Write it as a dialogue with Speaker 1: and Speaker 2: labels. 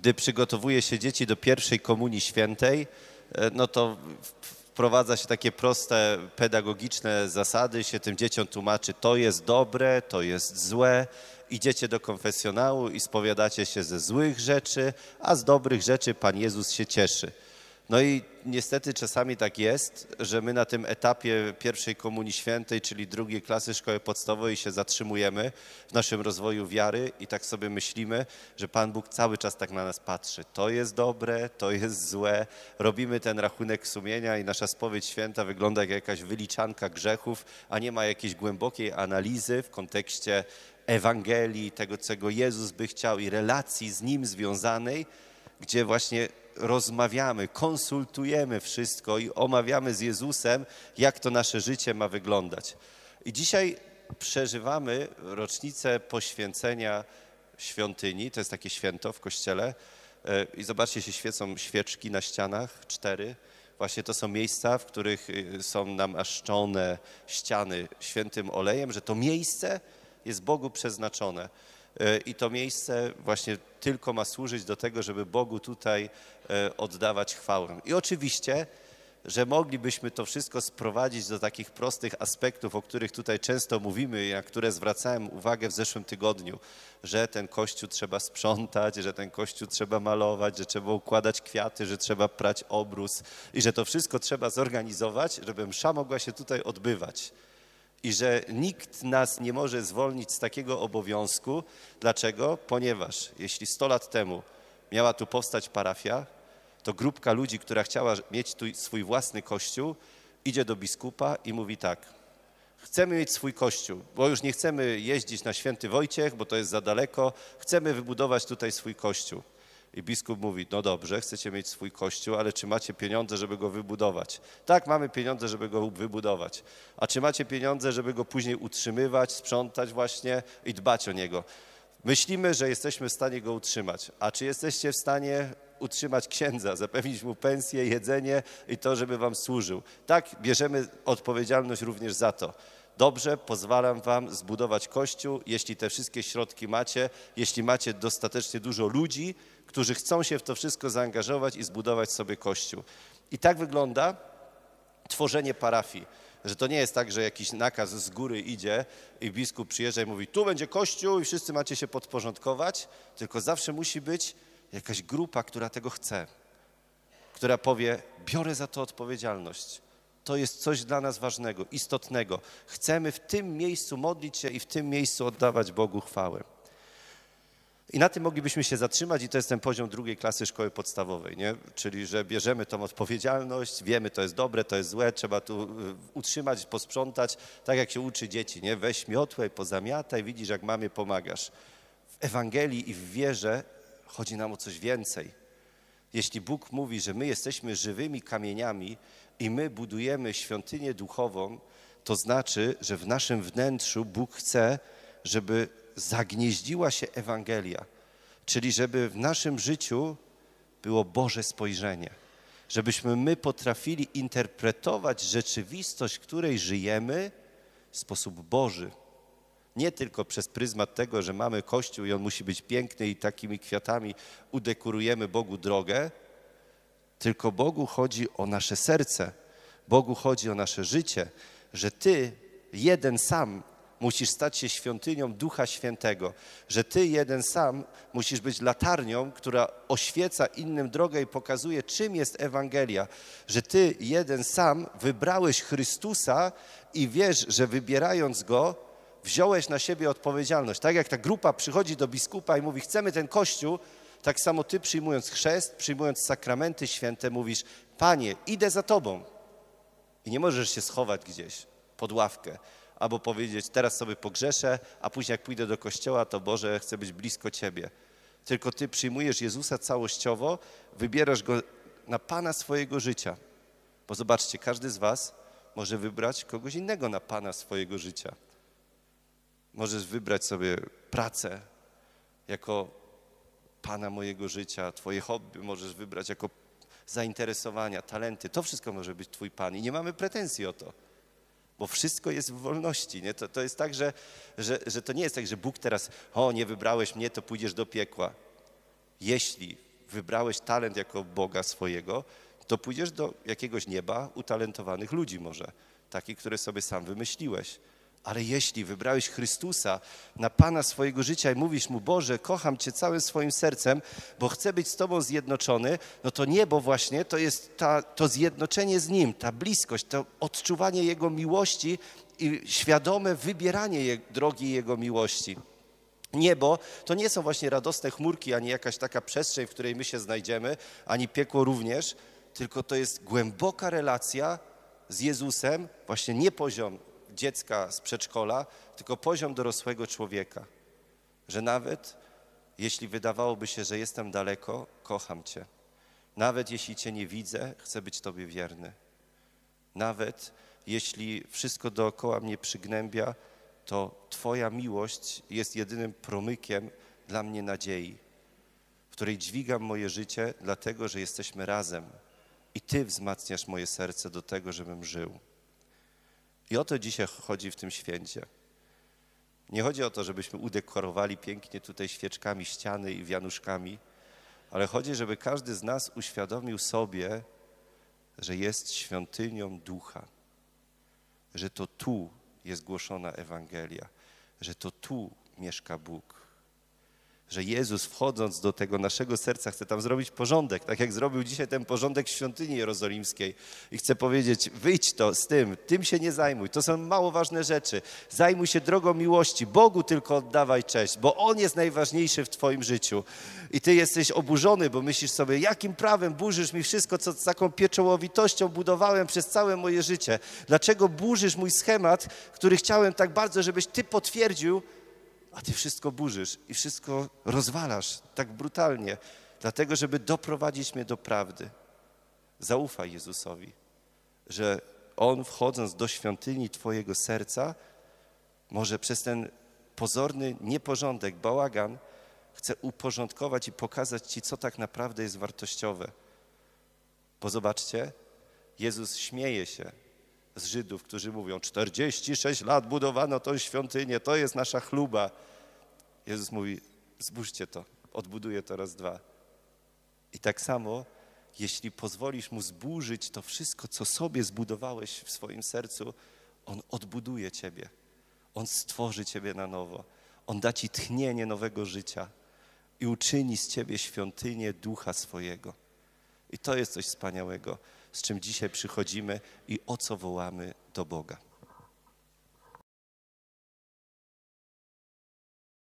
Speaker 1: gdy przygotowuje się dzieci do pierwszej komunii świętej, no to wprowadza się takie proste, pedagogiczne zasady, się tym dzieciom tłumaczy, to jest dobre, to jest złe. Idziecie do konfesjonału i spowiadacie się ze złych rzeczy, a z dobrych rzeczy Pan Jezus się cieszy. No i niestety czasami tak jest, że my na tym etapie pierwszej komunii świętej, czyli drugiej klasy szkoły podstawowej się zatrzymujemy w naszym rozwoju wiary i tak sobie myślimy, że Pan Bóg cały czas tak na nas patrzy. To jest dobre, to jest złe. Robimy ten rachunek sumienia i nasza spowiedź święta wygląda jak jakaś wyliczanka grzechów, a nie ma jakiejś głębokiej analizy w kontekście Ewangelii, tego, czego Jezus by chciał i relacji z Nim związanej, gdzie właśnie rozmawiamy, konsultujemy wszystko i omawiamy z Jezusem, jak to nasze życie ma wyglądać. I dzisiaj przeżywamy rocznicę poświęcenia świątyni, to jest takie święto w kościele i zobaczcie, się świecą świeczki na ścianach, 4. Właśnie to są miejsca, w których są namaszczone ściany świętym olejem, że to miejsce jest Bogu przeznaczone. I to miejsce właśnie tylko ma służyć do tego, żeby Bogu tutaj oddawać chwałę. I oczywiście, że moglibyśmy to wszystko sprowadzić do takich prostych aspektów, o których tutaj często mówimy, na które zwracałem uwagę w zeszłym tygodniu, że ten kościół trzeba sprzątać, że ten kościół trzeba malować, że trzeba układać kwiaty, że trzeba prać obrus i że to wszystko trzeba zorganizować, żeby msza mogła się tutaj odbywać. I że nikt nas nie może zwolnić z takiego obowiązku. Dlaczego? Ponieważ jeśli 100 lat temu miała tu powstać parafia, to grupka ludzi, która chciała mieć tu swój własny kościół, idzie do biskupa i mówi tak, chcemy mieć swój kościół, bo już nie chcemy jeździć na Święty Wojciech, bo to jest za daleko, chcemy wybudować tutaj swój kościół. I biskup mówi, no dobrze, chcecie mieć swój kościół, ale czy macie pieniądze, żeby go wybudować? Tak, mamy pieniądze, żeby go wybudować. A czy macie pieniądze, żeby go później utrzymywać, sprzątać właśnie i dbać o niego? Myślimy, że jesteśmy w stanie go utrzymać. A czy jesteście w stanie utrzymać księdza, zapewnić mu pensję, jedzenie i to, żeby wam służył? Tak, bierzemy odpowiedzialność również za to. Dobrze, pozwalam wam zbudować kościół, jeśli te wszystkie środki macie, jeśli macie dostatecznie dużo ludzi, którzy chcą się w to wszystko zaangażować i zbudować sobie kościół. I tak wygląda tworzenie parafii, że to nie jest tak, że jakiś nakaz z góry idzie i biskup przyjeżdża i mówi, tu będzie kościół i wszyscy macie się podporządkować, tylko zawsze musi być jakaś grupa, która tego chce, która powie, biorę za to odpowiedzialność. To jest coś dla nas ważnego, istotnego. Chcemy w tym miejscu modlić się i w tym miejscu oddawać Bogu chwałę. I na tym moglibyśmy się zatrzymać i to jest ten poziom drugiej klasy szkoły podstawowej, nie? Czyli, że bierzemy tą odpowiedzialność, wiemy, to jest dobre, to jest złe, trzeba tu utrzymać, posprzątać, tak jak się uczy dzieci, nie? Weź miotłę, pozamiataj, widzisz, jak mamie pomagasz. W Ewangelii i w wierze chodzi nam o coś więcej. Jeśli Bóg mówi, że my jesteśmy żywymi kamieniami i my budujemy świątynię duchową, to znaczy, że w naszym wnętrzu Bóg chce, żeby zagnieździła się Ewangelia, czyli żeby w naszym życiu było Boże spojrzenie, żebyśmy my potrafili interpretować rzeczywistość, w której żyjemy w sposób Boży. Nie tylko przez pryzmat tego, że mamy Kościół i on musi być piękny i takimi kwiatami udekorujemy Bogu drogę, tylko Bogu chodzi o nasze serce, Bogu chodzi o nasze życie, że Ty, jeden sam, musisz stać się świątynią Ducha Świętego, że Ty jeden sam musisz być latarnią, która oświeca innym drogę i pokazuje, czym jest Ewangelia, że Ty jeden sam wybrałeś Chrystusa i wiesz, że wybierając Go, wziąłeś na siebie odpowiedzialność. Tak jak ta grupa przychodzi do biskupa i mówi, chcemy ten Kościół, tak samo Ty przyjmując chrzest, przyjmując sakramenty święte, mówisz, Panie, idę za Tobą. I nie możesz się schować gdzieś pod ławkę, albo powiedzieć, teraz sobie pogrzeszę, a później jak pójdę do kościoła, to Boże, chcę być blisko Ciebie. Tylko Ty przyjmujesz Jezusa całościowo, wybierasz Go na Pana swojego życia. Bo zobaczcie, każdy z was może wybrać kogoś innego na Pana swojego życia. Możesz wybrać sobie pracę jako Pana mojego życia, Twoje hobby możesz wybrać jako zainteresowania, talenty. To wszystko może być Twój Pan i nie mamy pretensji o to. Bo wszystko jest w wolności. Nie? To jest tak, że to nie jest tak, że Bóg teraz, nie wybrałeś mnie, to pójdziesz do piekła. Jeśli wybrałeś talent jako Boga swojego, to pójdziesz do jakiegoś nieba utalentowanych ludzi może, takich, które sobie sam wymyśliłeś. Ale jeśli wybrałeś Chrystusa na Pana swojego życia i mówisz Mu, Boże, kocham Cię całym swoim sercem, bo chcę być z Tobą zjednoczony, no to niebo właśnie to jest to zjednoczenie z Nim, ta bliskość, to odczuwanie Jego miłości i świadome wybieranie drogi Jego miłości. Niebo to nie są właśnie radosne chmurki, ani jakaś taka przestrzeń, w której my się znajdziemy, ani piekło również, tylko to jest głęboka relacja z Jezusem, właśnie nie poziom dziecka z przedszkola, tylko poziom dorosłego człowieka. Że nawet jeśli wydawałoby się, że jestem daleko, kocham Cię. Nawet jeśli Cię nie widzę, chcę być Tobie wierny. Nawet jeśli wszystko dookoła mnie przygnębia, to Twoja miłość jest jedynym promykiem dla mnie nadziei, w której dźwigam moje życie, dlatego że jesteśmy razem i Ty wzmacniasz moje serce do tego, żebym żył. I o to dzisiaj chodzi w tym święcie. Nie chodzi o to, żebyśmy udekorowali pięknie tutaj świeczkami ściany i wianuszkami, ale chodzi, żeby każdy z nas uświadomił sobie, że jest świątynią Ducha, że to tu jest głoszona Ewangelia, że to tu mieszka Bóg. Że Jezus, wchodząc do tego naszego serca, chce tam zrobić porządek, tak jak zrobił dzisiaj ten porządek w świątyni jerozolimskiej. I chce powiedzieć, wyjdź z tym się nie zajmuj, to są mało ważne rzeczy. Zajmuj się drogą miłości, Bogu tylko oddawaj cześć, bo On jest najważniejszy w twoim życiu. I ty jesteś oburzony, bo myślisz sobie, jakim prawem burzysz mi wszystko, co z taką pieczołowitością budowałem przez całe moje życie. Dlaczego burzysz mój schemat, który chciałem tak bardzo, żebyś ty potwierdził, a ty wszystko burzysz i wszystko rozwalasz tak brutalnie, dlatego, żeby doprowadzić mnie do prawdy. Zaufaj Jezusowi, że On, wchodząc do świątyni twojego serca, może przez ten pozorny nieporządek, bałagan, chce uporządkować i pokazać ci, co tak naprawdę jest wartościowe. Bo zobaczcie, Jezus śmieje się z Żydów, którzy mówią, 46 lat budowano tą świątynię, to jest nasza chluba. Jezus mówi, zbóżcie to, odbuduję to raz, dwa. I tak samo, jeśli pozwolisz Mu zburzyć to wszystko, co sobie zbudowałeś w swoim sercu, On odbuduje ciebie. On stworzy ciebie na nowo. On da ci tchnienie nowego życia i uczyni z ciebie świątynię Ducha swojego. I to jest coś wspaniałego, z czym dzisiaj przychodzimy i o co wołamy do Boga.